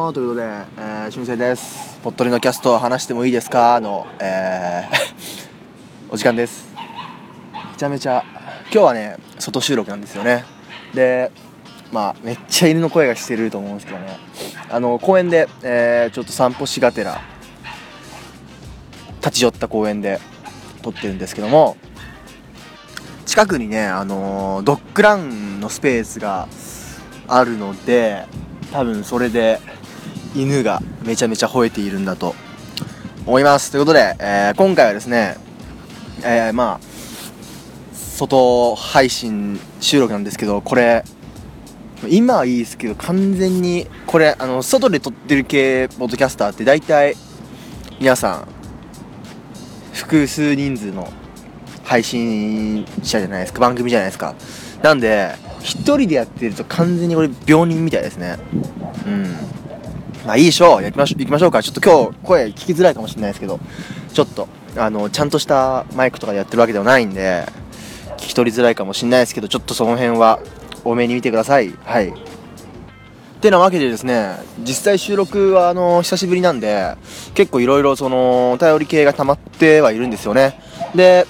もということで、俊生です。ぽっとりのキャスト話してもいいですかの、お時間です。めちゃめちゃ今日はね外収録なんですよね。でめっちゃ犬の声がしてると思うんですけどね、公園で、ちょっと散歩しがてら立ち寄った公園で撮ってるんですけども、近くにねドッグランのスペースがあるので、多分それで犬がめちゃめちゃ吠えているんだと思います。ということで、今回はですね、外配信収録なんですけど、これ今はいいですけど、完全にこれ外で撮ってる系ポッドキャスターって大体皆さん複数人数の配信者じゃないですか、番組じゃないですか。なんで一人でやってると完全にこれ病人みたいですね。いいでしょう、行きましょうか。ちょっと今日声聞きづらいかもしれないですけど、ちょっとちゃんとしたマイクとかでやってるわけではないんで聞き取りづらいかもしれないですけど、ちょっとその辺は多めに見てください。はい。てなわけでですね、実際収録は久しぶりなんで、結構いろいろそのお便り系が溜まってはいるんですよね。で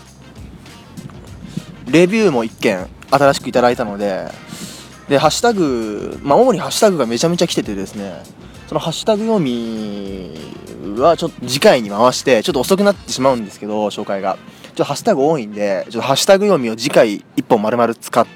レビューも1件新しくいただいたので、ハッシュタグ、主にハッシュタグがめちゃめちゃ来ててですね、そのハッシュタグ読みはちょっと次回に回して、ちょっと遅くなってしまうんですけど、紹介がちょっとハッシュタグ多いんで、ちょっとハッシュタグ読みを次回1本丸々使って、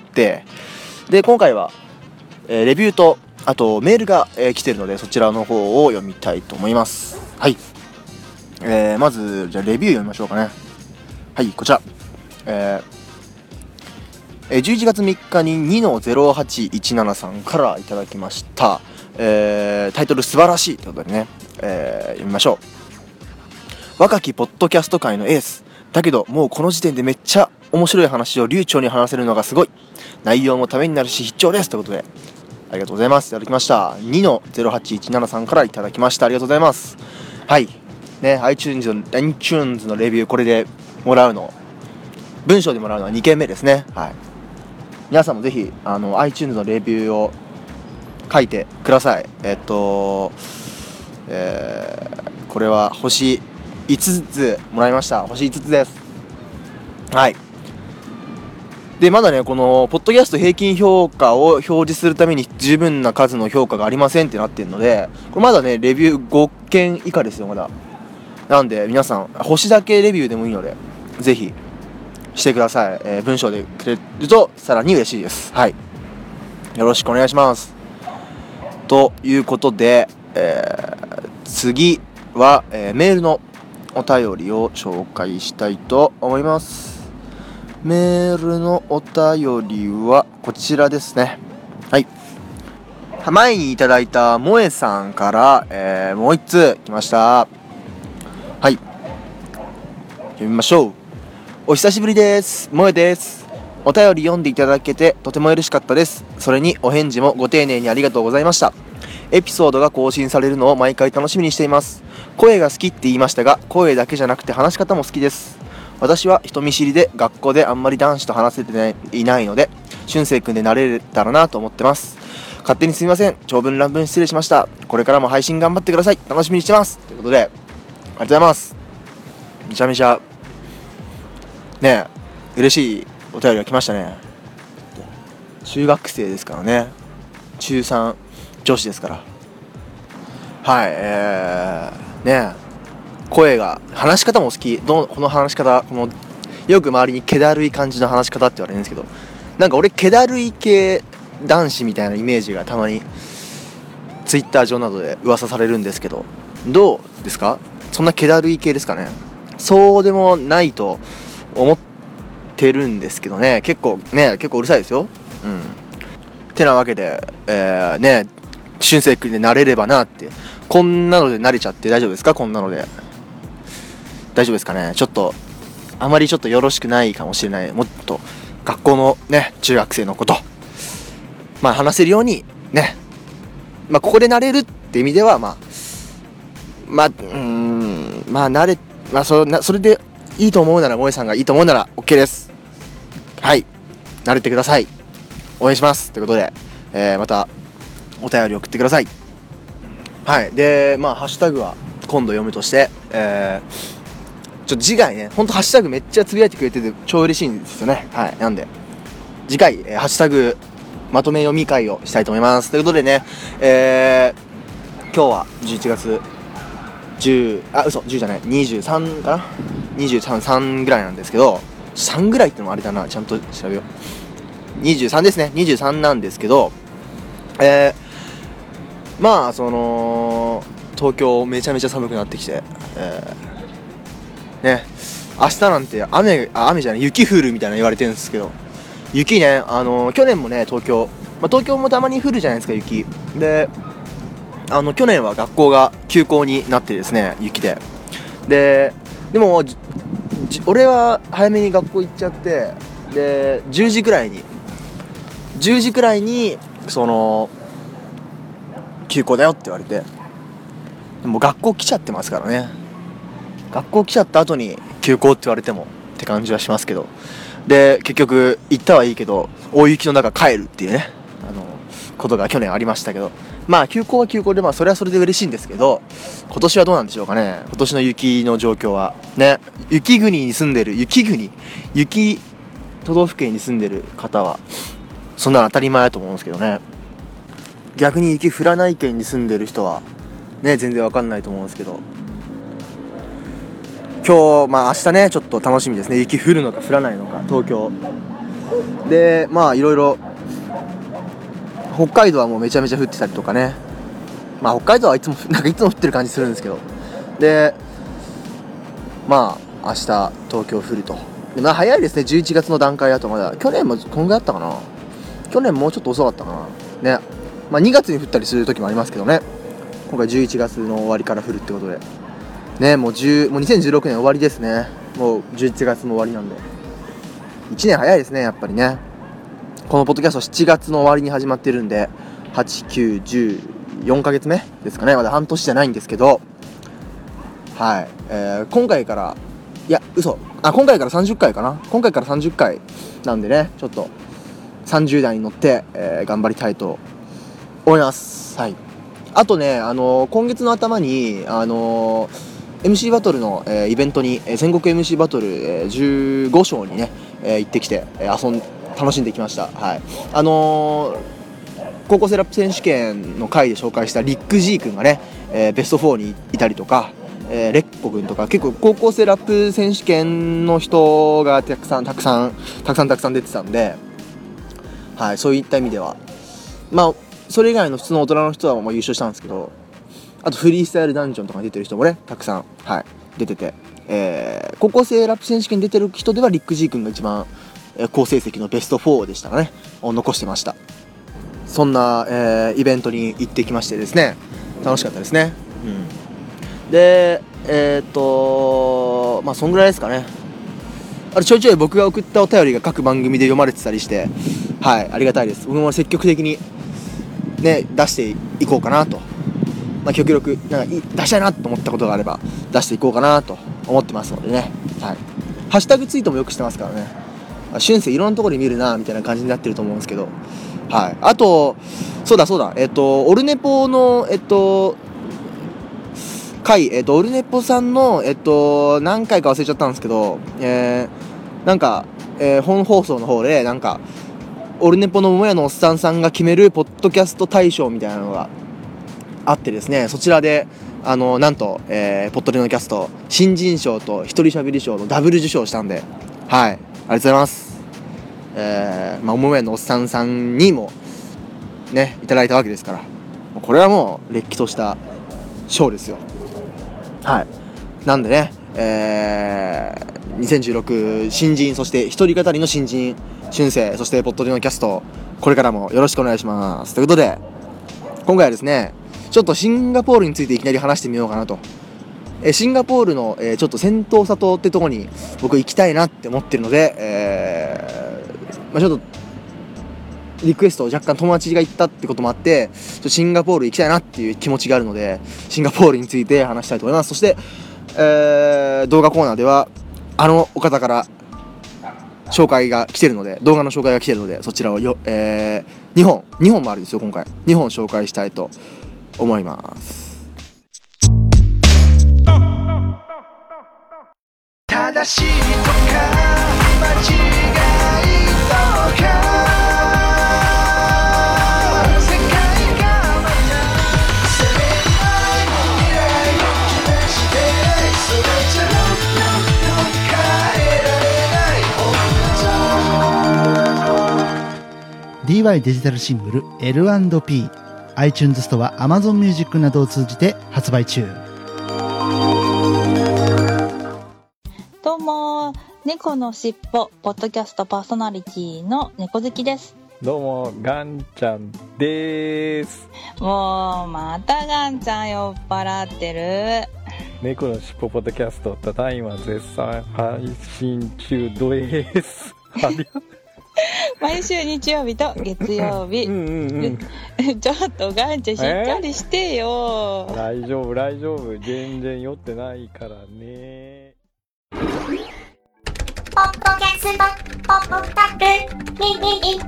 で今回は、レビューとあとメールが、来てるので、そちらの方を読みたいと思います。はい。まずじゃあレビュー読みましょうかね。はい、こちら、11月3日に2-0817さんからいただきました。タイトル素晴らしいということでね、読みましょう。若きポッドキャスト界のエースだけど、もうこの時点でめっちゃ面白い話を流暢に話せるのがすごい。内容もためになるし必聴ですということで、ありがとうございます。いただきました。2-0817さんからいただきました。ありがとうございます。はいね、iTunes のレビュー、これでもらうの、文章でもらうのは2件目ですね。はい。皆さんもぜひiTunes のレビューを書いてください。これは星5つもらいました。星5つです。はい。でまだね、このポッドキャスト平均評価を表示するために十分な数の評価がありませんってなってるので、これまだねレビュー5件以下ですよ、まだ。なんで皆さん星だけレビューでもいいのでぜひしてください。文章でくれるとさらに嬉しいです。はい、よろしくお願いします。ということで、次は、メールのお便りを紹介したいと思います。メールのお便りはこちらですね。はい。前にいただいた萌えさんから、もう一通来ました。はい、読みましょう。お久しぶりです。萌えです。お便り読んでいただけてとても嬉しかったです。それにお返事もご丁寧にありがとうございました。エピソードが更新されるのを毎回楽しみにしています。声が好きって言いましたが、声だけじゃなくて話し方も好きです。私は人見知りで学校であんまり男子と話せていないので、俊生くんでなれたらなと思ってます。勝手にすみません。長文乱文失礼しました。これからも配信頑張ってください。楽しみにしてます。ということで、ありがとうございます。めちゃめちゃね嬉しいお便りが来ましたね。中学生ですからね。中3女子ですから。はい、声が、話し方も好き。この話し方、よく周りに気だるい感じの話し方って言われるんですけど、なんか俺気だるい系男子みたいなイメージがたまにツイッター上などで噂されるんですけど、どうですか？そんな気だるい系ですかね？そうでもないと思ってるんですけどね。結構うるさいですよ。てなわけで、俊生君でなれればなって。こんなので慣れちゃって大丈夫ですか？こんなので大丈夫ですかね？ちょっとあまりちょっとよろしくないかもしれない。もっと学校のね中学生のこと話せるようにね、ここでなれるって意味ではそれでいいと思うなら、萌えさんがいいと思うなら OK です。はい、慣れてください。応援しますということで、またお便り送ってください。 はい。で、まあハッシュタグは今度読むとして、次回ね、ほんとハッシュタグめっちゃつぶやいてくれてて超嬉しいんですよね。はい。なんで、次回、ハッシュタグまとめ読み会をしたいと思います。ということでね、今日は11月10じゃない、23かな ?23 ぐらいなんですけど、3ぐらいってのもあれだな、ちゃんと調べよう。23ですね。23なんですけど、まあ、東京めちゃめちゃ寒くなってきて、ね、明日なんて雨じゃない、雪降るみたいな言われてるんですけど、雪ね、去年もね、東京もたまに降るじゃないですか、雪。で、去年は学校が休校になってですね、雪で。でも、俺は早めに学校行っちゃって、で、10時くらいに、休校だよって言われて、でも学校来ちゃってますからね。学校来ちゃった後に休校って言われてもって感じはしますけど。で、結局行ったはいいけど、大雪の中帰るっていうね、ことが去年ありましたけど、まあ休校は休校で、まあそれはそれで嬉しいんですけど、今年はどうなんでしょうかね。今年の雪の状況はね、雪都道府県に住んでる方はそんなの当たり前だと思うんですけどね。逆に雪降らない県に住んでる人はね、全然わかんないと思うんですけど、今日、まあ明日ね、ちょっと楽しみですね。雪降るのか降らないのか、東京で。まあいろいろ北海道はもうめちゃめちゃ降ってたりとかね。まあ北海道はいつも降ってる感じするんですけど、で、まあ明日東京降ると。で、まあ早いですね、11月の段階だと。まだ去年もこんぐらいあったかな。去年もうちょっと遅かったかなね。まあ2月に降ったりする時もありますけどね。今回11月の終わりから降るってことでね、もう2016年終わりですね。もう11月の終わりなんで1年早いですね、やっぱりね。このポッドキャスト7月の終わりに始まってるんで、8、9、10、4ヶ月目ですかね。まだ半年じゃないんですけど、はい、今回から30回かな。今回から30回なんでね、ちょっと30代に乗って、頑張りたいと思います。はい。あとね、今月の頭にMC バトルの、イベントに、全国 MC バトル、15章にね、行ってきて、楽しんできました。はい。高校生ラップ選手権の回で紹介したリック G 君がね、ベスト4にいたりとか、レッコ君とか、結構高校生ラップ選手権の人がたくさん出てたんで、はい、そういった意味では、まあそれ以外の普通の大人の人はもう優勝したんですけど、あとフリースタイルダンジョンとかに出てる人もね、たくさん、はい、出てて、高校生ラップ選手権に出てる人ではリック G 君が一番好成績のベスト4でしたかね、を残してました。そんな、イベントに行ってきましてですね、楽しかったですね。で、まあそんぐらいですかね。ちょいちょい僕が送ったお便りが各番組で読まれてたりして、はい、ありがたいです。僕も積極的にね、出していこうかなと、まあ、極力出したいなと思ったことがあれば出していこうかなと思ってますのでね、はい、ハッシュタグツイートもよくしてますからね。俊生いろんなところで見るなみたいな感じになってると思うんですけど、はい、あとそうだオルネポの回、オルネポさんの何回か忘れちゃったんですけど、本放送の方でオルネポの桃屋のおっさんさんが決めるポッドキャスト大賞みたいなのがあってですね、そちらでなんと、ポッドレのキャスト新人賞と一人喋り賞のダブル受賞したんで、はい、ありがとうございます。桃屋のおっさんさんにもねいただいたわけですから、これはもうれっきとした賞ですよ。はい、なんでね、2016新人、そして一人語りの新人俊生、そしてポッドレのキャスト、これからもよろしくお願いします。ということで今回はですね、ちょっとシンガポールについていきなり話してみようかなと。シンガポールの、ちょっと仙洞里ってとこに僕行きたいなって思ってるので、ちょっとリクエストを若干友達が行ったってこともあって、シンガポール行きたいなっていう気持ちがあるので、シンガポールについて話したいと思います。そして、動画コーナーではお方から紹介が来てるので、動画の紹介が来てるので、そちらを2本もあるんですよ。今回2本紹介したいと思います。 正しいとか間違いとか世界がまた責めない未来を決めしてそれじゃ変えられない DY デジタルシングル L&P iTunes ストア Amazon Music などを通じて発売中。 どうも、猫のしっぽポッドキャストパーソナリティの猫好きです。 どうもガンちゃんです。 もうまたガンちゃん酔っ払ってる。 猫のしっぽポッドキャストただいま絶賛配信中です。 毎週日曜日と月曜日。ちょっとガンちゃんしっかりしてよ。 大丈夫大丈夫、全然酔ってないからね。 ポッドキャストポッドタクミミミ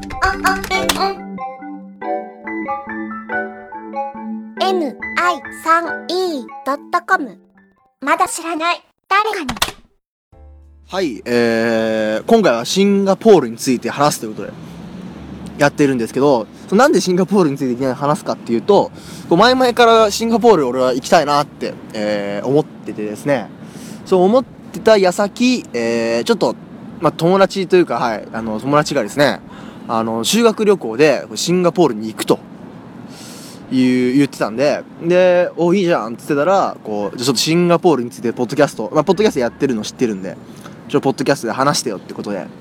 mi3e.com まだ知らない誰かに。 はい、今回はシンガポールについて話すということでやってるんですけど、なんでシンガポールについていきなり話すかっていうと、前々からシンガポール俺は行きたいなって、思っててですね、そう思ってた矢先、ちょっと、友達というか、はい、友達がですね、修学旅行でシンガポールに行くと言ってたんで、いいじゃんって言ってたら、ちょっとシンガポールについてポッドキャストやってるの知ってるんで、ポッドキャストで話してよってことで、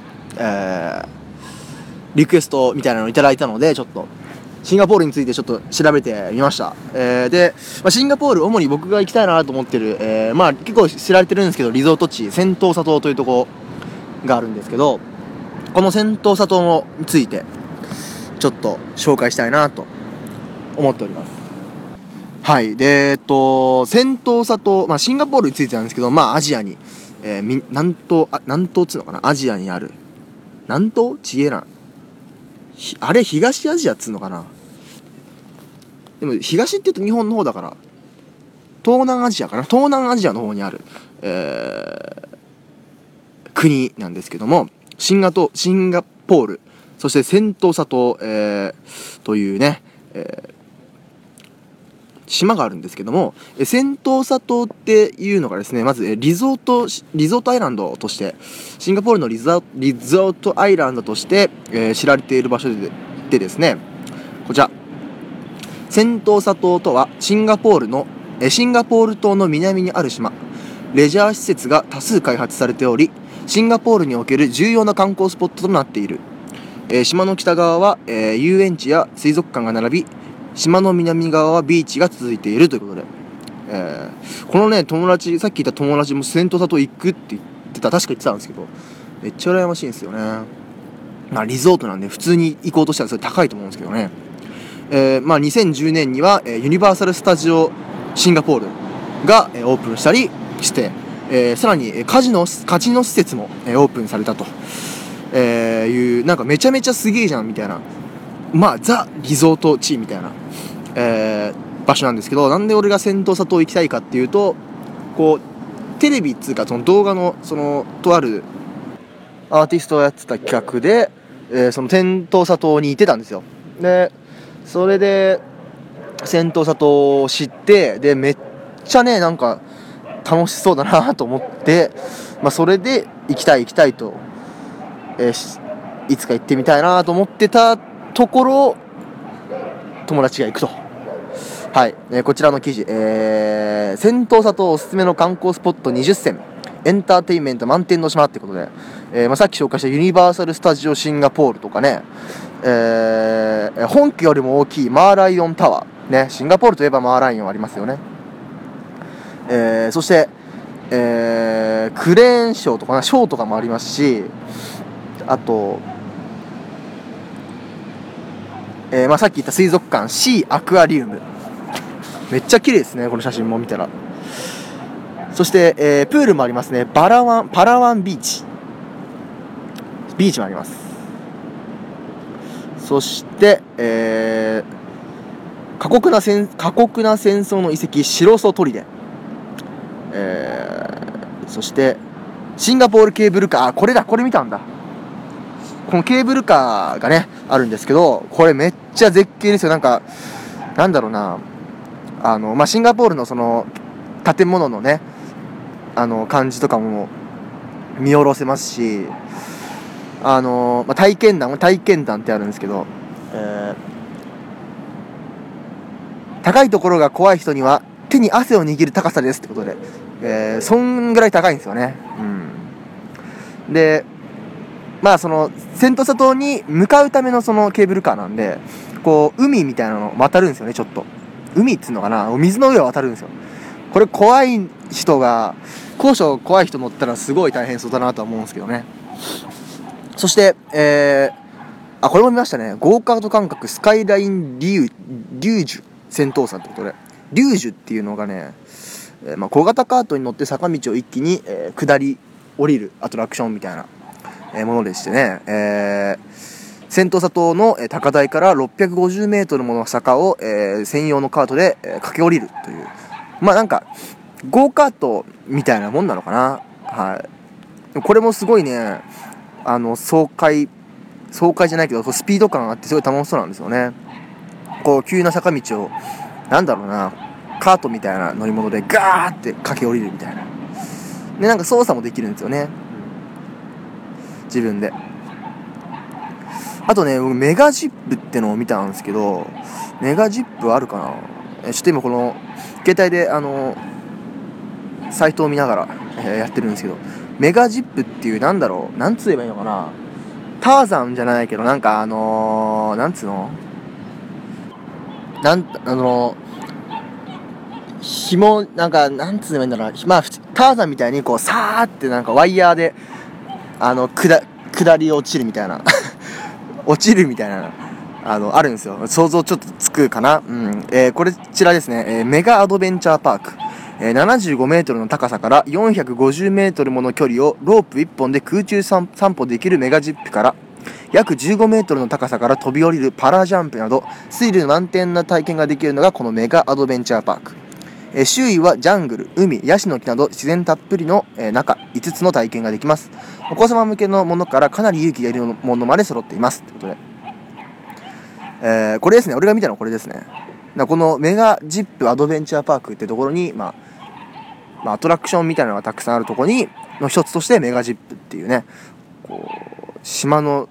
リクエストみたいなのをいただいたので、ちょっとシンガポールについてちょっと調べてみました。で、シンガポール、主に僕が行きたいなと思ってる、結構知られてるんですけど、リゾート地セントーサ島というとこがあるんですけど、このセントーサ島についてちょっと紹介したいなと思っております。はい。で、セントーサ島、シンガポールについてなんですけど、アジアに南東っつうのかな、アジアにある南東チゲラン、あれ東アジアっつうのかな、でも東って言うと日本の方だから東南アジアかな、東南アジアの方にある、国なんですけども、シンガポール、そしてセントーサ島、というね、島があるんですけども、セントーサ島っていうのがですね、まずリゾートアイランドとして、シンガポールのリゾートアイランドとして、知られている場所でですね、こちらセントーサ島とはシンガポール島の南にある島。レジャー施設が多数開発されており、シンガポールにおける重要な観光スポットとなっている。島の北側は、遊園地や水族館が並び、島の南側はビーチが続いているということで、このね、さっき言った友達もセントーサ島行くって言ってた、確か言ってたんですけど、めっちゃ羨ましいんですよね。リゾートなんで普通に行こうとしたらそれ高いと思うんですけどね。2010年には、ユニバーサル・スタジオ・シンガポールが、オープンしたりして、さらにカジノ施設も、オープンされたと、いうなんかめちゃめちゃすげえじゃんみたいな、ザ・リゾート地みたいな、場所なんですけど、なんで俺がセントーサ島行きたいかっていうと、テレビっつうかその動画のとあるアーティストがやってた企画で、そのセントーサ島にいてたんですよ。でそれでセントーサ島を知って、でめっちゃねなんか楽しそうだなと思って、それで行きたいと、いつか行ってみたいなと思ってたところ、友達が行くと。はい、こちらの記事、セントーサ島おすすめの観光スポット20選、エンターテインメント満点の島ってことで、さっき紹介したユニバーサル・スタジオ・シンガポールとかね、本家よりも大きいマーライオンタワー、ね、シンガポールといえばマーライオンありますよね。そして、クレーンショーとかショーとかもありますし、あと、さっき言った水族館シーアクアリウム、めっちゃ綺麗ですね、この写真も見たら。そして、プールもありますね。パラワンビーチもあります。そして、過酷な戦争の遺跡シロソ砦、そしてシンガポールケーブルカー、これ見たんだ。このケーブルカーがねあるんですけど、これめっちゃ絶景ですよ。なんかなんだろうな、シンガポールのその建物のね感じとかも見下ろせますし、体験談ってあるんですけど、高いところが怖い人には手に汗を握る高さですってことで、そんぐらい高いんですよね。でそのセントサ島に向かうためのそのケーブルカーなんで、こう海みたいなの渡るんですよね。ちょっと海っつうのかな、水の上を渡るんですよ。これ高所怖い人乗ったらすごい大変そうだなとは思うんですけどね。そしてこれも見ましたね。ゴーカート感覚スカイラインリュージュ戦闘車ってことで、リュージュっていうのがね、小型カートに乗って坂道を一気に、下り降りるアトラクションみたいな、ものでしてね、セントサ島の高台から650メートルもの坂を、専用のカートで、駆け下りるという、なんかゴーカートみたいなもんなのかな。はい。これもすごいね、爽快じゃないけどスピード感があってすごい楽しそうなんですよね。こう急な坂道をなんだろうな、カートみたいな乗り物でガーって駆け下りるみたいなで、なんか操作もできるんですよね、自分で。あとね、僕メガジップってのを見たんですけど、メガジップあるかな。ちょっと今この携帯でサイトを見ながら、やってるんですけど、メガジップっていうなんだろう、なんつ言えばいいのかな、ターザンじゃないけど、なんかなんつうの、紐、なんつうのいいんだろうな、ターザンみたいにこうさーってなんかワイヤーで下り落ちるみたいな落ちるみたいなあるんですよ。想像ちょっとつくかな。こちらですね、メガアドベンチャーパーク、75メートルの高さから450メートルもの距離をロープ1本で空中散歩できるメガジップから、約15メートルの高さから飛び降りるパラジャンプなどスリル満点な体験ができるのがこのメガアドベンチャーパーク。周囲はジャングル、海、ヤシの木など自然たっぷりの中5つの体験ができます。お子様向けのものからかなり勇気がいるものまで揃っていますということで、これですね、俺が見たのはこれですね。このメガジップアドベンチャーパークってところに、アトラクションみたいなのがたくさんあるところにの一つとしてメガジップっていうね、こう島の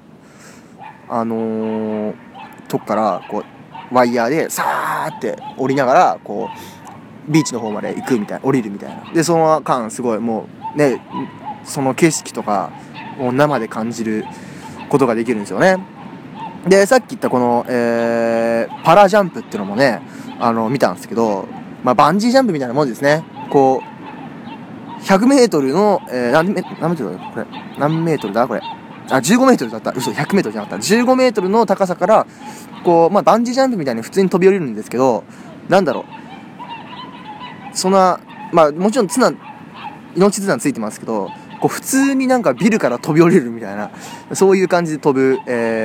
とこからこうワイヤーでさーって降りながらこうビーチの方まで行くみたいな、降りるみたいな。でその間すごいもうね、その景色とかを生で感じることができるんですよね。でさっき言ったこの、パラジャンプっていうのもね見たんですけど、バンジージャンプみたいなもんですね。こう100メートルの、何メートルだこれ、何メートルだこれ、15メートルだった、嘘、100メートルじゃなかった、15メートルの高さからこうバンジージャンプみたいに普通に飛び降りるんですけど、なんだろう、そんなもちろん命綱ついてますけど、こう普通になんかビルから飛び降りるみたいな、そういう感じで飛ぶ、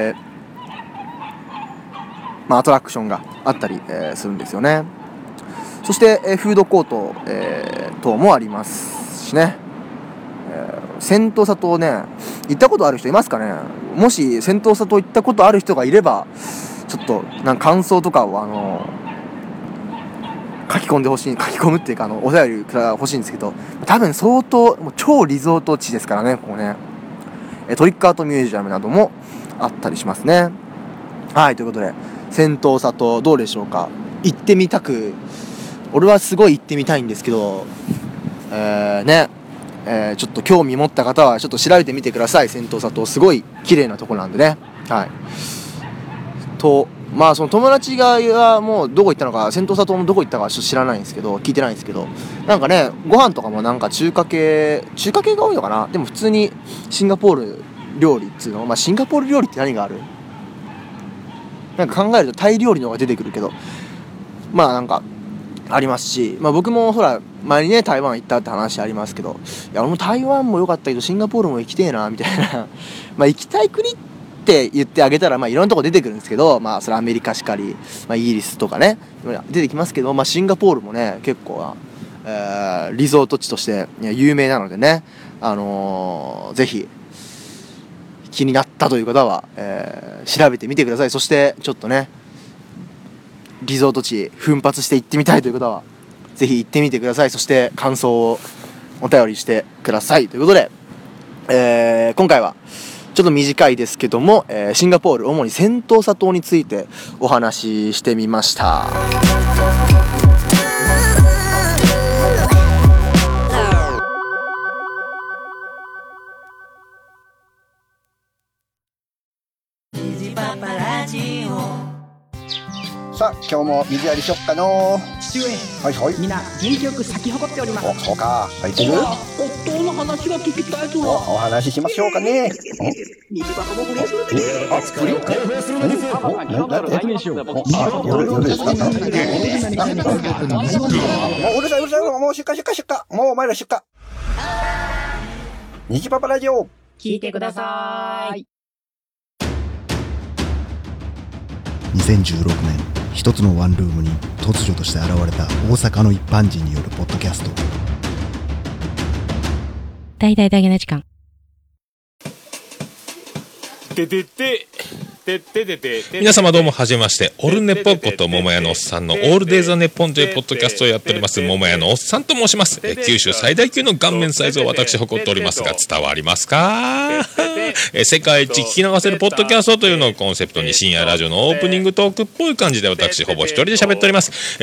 アトラクションがあったり、するんですよね。そして、フードコート、等もありますしね。セントサ島ね、行ったことある人いますかね。もしセントサ島行ったことある人がいればちょっと感想とかを書き込むっていうかお便りくら欲しいんですけど、多分相当もう超リゾート地ですからね、ここね。トリックアートミュージアムなどもあったりしますね。はい、ということでセントサ島どうでしょうか。俺はすごい行ってみたいんですけど、ちょっと興味持った方はちょっと調べてみてください。セントサ島すごい綺麗なとこなんでね。はい。とその友達がもうどこ行ったのか、セントサ島のどこ行ったかちょっと知らないんですけど、聞いてないんですけど、なんかね、ご飯とかもなんか中華系が多いのかな。でも普通にシンガポール料理っつうの、シンガポール料理って何がある？なんか考えるとタイ料理の方が出てくるけど、なんかありますし、僕もほら前にね台湾行ったって話ありますけど、いや俺も台湾も良かったけどシンガポールも行きてえなみたいな行きたい国って言ってあげたらいろんなとこ出てくるんですけど、それアメリカしかり、イギリスとかね出てきますけど、シンガポールもね結構リゾート地として有名なのでね、 ぜひ気になったという方は、調べてみてください。そしてちょっとねリゾート地奮発して行ってみたいという方はぜひ行ってみてください。そして感想をお便りしてくださいということで、今回はちょっと短いですけども、シンガポール主にセントーサ島についてお話ししてみました。 さあ今日も水やりしよっかの。 父上、 はいはい。 みんな元気よく咲き誇っております。 お、そうか。入ってる？ 夫の話が聞きたいぞ。 お話ししましょうかね。 虹パパも不倫するって。 不倫？夜ですか？もううるさい。もう出荷。もうお前ら出荷。虹パパラジオ。 聞いてください。 2016年、一つのワンルームに突如として現れた大阪の一般人によるポッドキャスト。 大々だけな時間。 皆様どうもはじめまして、オルネポこと桃屋のおっさんのオールデイザネッポンというポッドキャストをやっております桃屋のおっさんと申します。九州最大級の顔面サイズを私誇っておりますが伝わりますか？世界一聞き流せるポッドキャストというのをコンセプトに深夜ラジオのオープニングトークっぽい感じで私ほぼ一人で喋っております。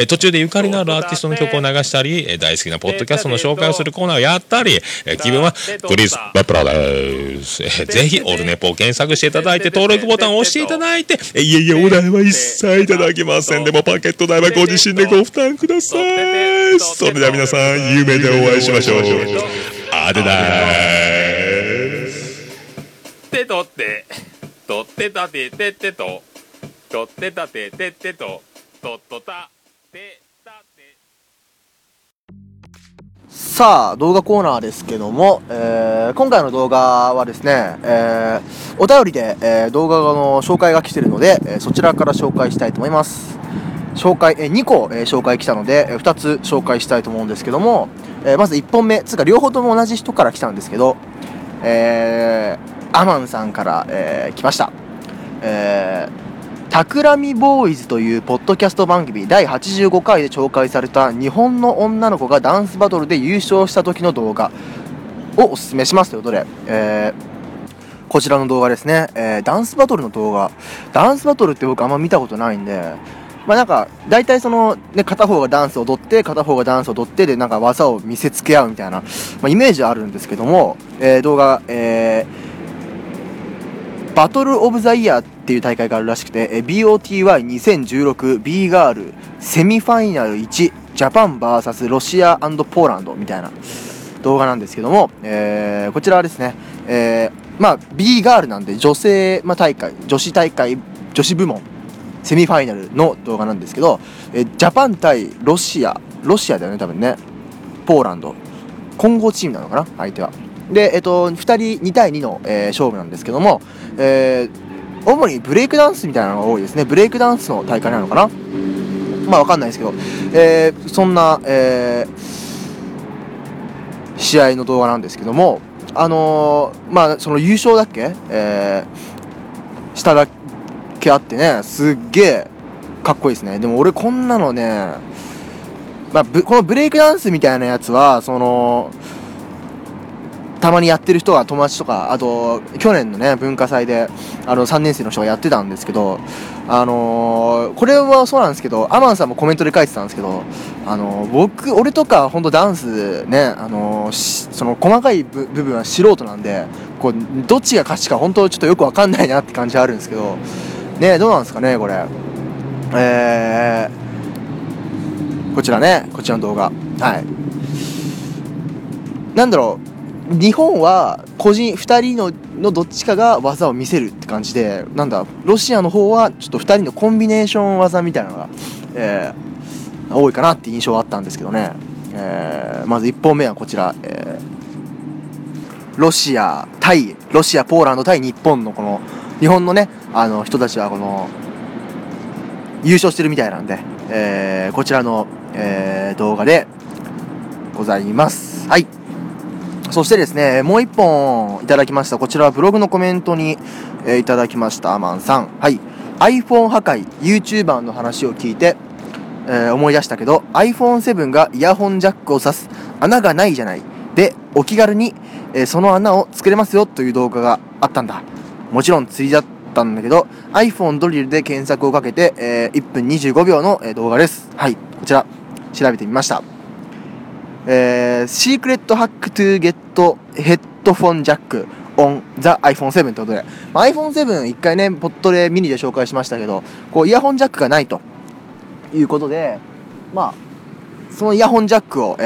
途中でゆかりのあるアーティストの曲を流したり、大好きなポッドキャストの紹介をするコーナーをやったり、気分はクリス・バプラです。ぜひオルネポを検索していただいて登録ボタンを押していただいて、いえお代は一切いただきません。でもパケット代はご自身でご負担ください。それでは皆さん夢でお会いしましょう。あでだーす。てとってとってたててってととってたててってととっとたてたて。 さあ動画コーナーですけども、今回の動画はですね、お便りで、動画の紹介が来てるので、そちらから紹介したいと思います。2個、紹介来たので、2つ紹介したいと思うんですけども、まず1本目つうか両方とも同じ人から来たんですけど、アマンさんから、来ました。タクラミボーイズというポッドキャスト番組第85回で紹介された日本の女の子がダンスバトルで優勝した時の動画をおすすめしますということで、こちらの動画ですね、ダンスバトルの動画。ダンスバトルって僕あんま見たことないんで、なんか大体そのね、片方がダンスを踊って片方がダンスを踊ってでなんか技を見せつけ合うみたいな、イメージはあるんですけども、動画、バトルオブザイヤーっていう大会があるらしくて、BOTY2016 B ガールセミファイナル1ジャパン VS ロシア&ポーランドみたいな動画なんですけども、こちらはですね、B ガールなんで女性、大会女子部門セミファイナルの動画なんですけど、ジャパン対ロシアだよね多分ね、ポーランド混合チームなのかな相手は。で2人2対2の、勝負なんですけども、主にブレイクダンスみたいなのが多いですね。ブレイクダンスの大会なのかな、わかんないですけど、そんな、試合の動画なんですけども、その優勝だっけ、しただけあってね、すっげえかっこいいですね。でも俺こんなのね、このブレイクダンスみたいなやつはそのたまにやってる人が友達とか、あと去年のね文化祭で3年生の人がやってたんですけど、これはそうなんですけど、アマンさんもコメントで書いてたんですけど、俺とか本当ダンスね、その細かい部分は素人なんで、こうどっちが勝ちか本当ちょっとよくわかんないなって感じはあるんですけどね。どうなんですかねこれ。こちらの動画、はい、なんだろう、日本は個人2人のどっちかが技を見せるって感じで、ロシアの方はちょっと2人のコンビネーション技みたいなのが、多いかなって印象はあったんですけどね。まず1本目はこちら、ロシア、ポーランド対日本のこの日本のね人たちはこの優勝してるみたいなんで、こちらの、動画でございます。はい。 そしてですね、もう一本いただきました。こちらはブログのコメントに、いただきました。アマンさん。はい。iPhone 破壊、YouTuber の話を聞いて、思い出したけど、iPhone7 がイヤホンジャックを挿す穴がないじゃない。で、お気軽に、その穴を作れますよという動画があったんだ。もちろん釣りだったんだけど、iPhone ドリルで検索をかけて、1分25秒の動画です。はい。こちら、調べてみました。Secret Hack to Get Headphone Jack on the iPhone7 ということで、iPhone7 一回ね、ポットでミニで紹介しましたけど、こうイヤホンジャックがないということで、そのイヤホンジャックを、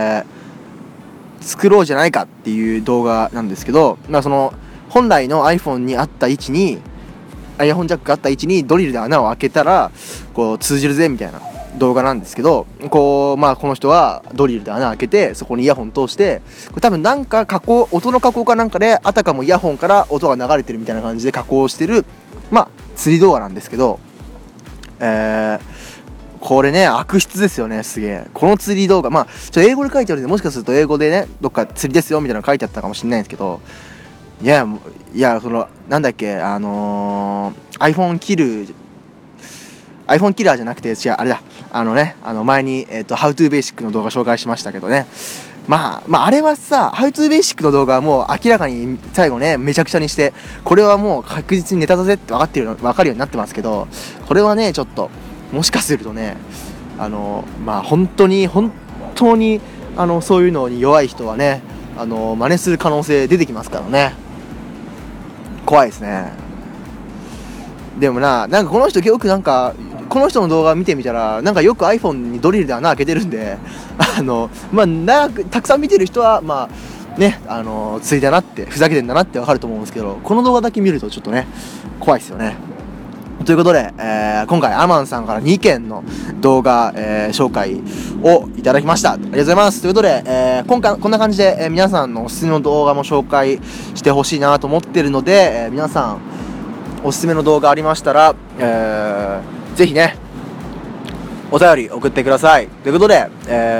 作ろうじゃないかっていう動画なんですけど、その本来の iPhone にあった位置に、イヤホンジャックがあった位置にドリルで穴を開けたらこう通じるぜみたいな動画なんですけど、こうこの人はドリルで穴開けてそこにイヤホン通して、これ多分なんか音の加工かなんかで、あたかもイヤホンから音が流れてるみたいな感じで加工してる釣り動画なんですけど、これね、悪質ですよね。すげえこの釣り動画、英語で書いてあるんで、もしかすると英語でね、どっか釣りですよみたいなの書いてあったかもしれないんですけど、いやそのなんだっけ、iPhone キルiPhone キラーじゃなくて、違う、あれだ、前にHow to Basic の動画紹介しましたけどね、あれはさ、How to Basic の動画はもう明らかに最後ね、めちゃくちゃにして、これはもう確実にネタだぜって分かるようになってますけど、これはね、ちょっともしかするとね、本当にそういうのに弱い人はね、真似する可能性出てきますからね。怖いですね。でもなんかこの人よくこの人の動画見てみたら、よく iPhone にドリルで穴開けてるんで、たくさん見てる人は釣りだなって、ふざけてんだなってわかると思うんですけど、この動画だけ見るとちょっとね、怖いですよね。ということで、今回アマンさんから2件の動画、紹介をいただきました。ありがとうございます。ということで、今回こんな感じで、皆さんのおすすめの動画も紹介してほしいなと思ってるので、皆さんおすすめの動画ありましたら、ぜひね、お便り送ってください。ということで、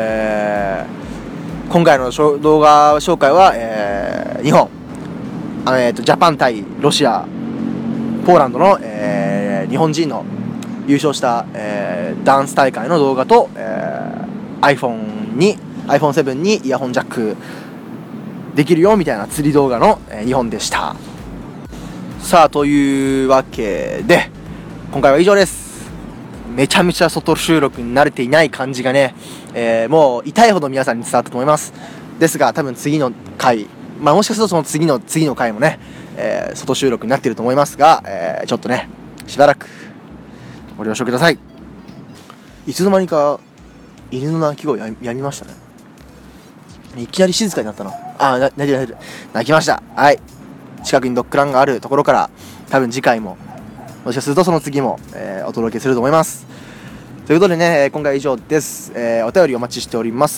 今回の動画紹介は、2本、ジャパン対ロシア、ポーランドの、日本人の優勝した、ダンス大会の動画と、iPhone7 にイヤホンジャックできるよみたいな釣り動画の、2本でした。さあ、というわけで今回は以上です。めちゃめちゃ外収録に慣れていない感じがね、もう痛いほど皆さんに伝わったと思います。ですが多分次の回、もしかするとその次の回もね、外収録になっていると思いますが、ちょっとね、しばらくご了承ください。いつの間にか犬の鳴き声やみましたね。いきなり静かになったな。鳴きました。はい、近くにドッグランがあるところから、多分次回も、もしかするとその次も、お届けすると思います。ということでね、今回は以上です。お便りお待ちしております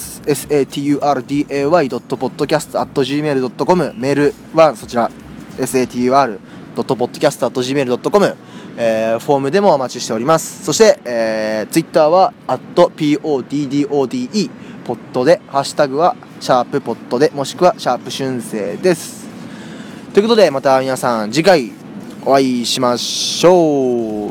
。saturday.podcast@gmail.com、 メールはそちら satur.podcast@gmail.com、フォームでもお待ちしております。そして、Twitter は@poddode ポッドで、ハッシュタグはシャープポッドで、もしくはシャープ春生です。ということで、また皆さん次回お会いしましょう。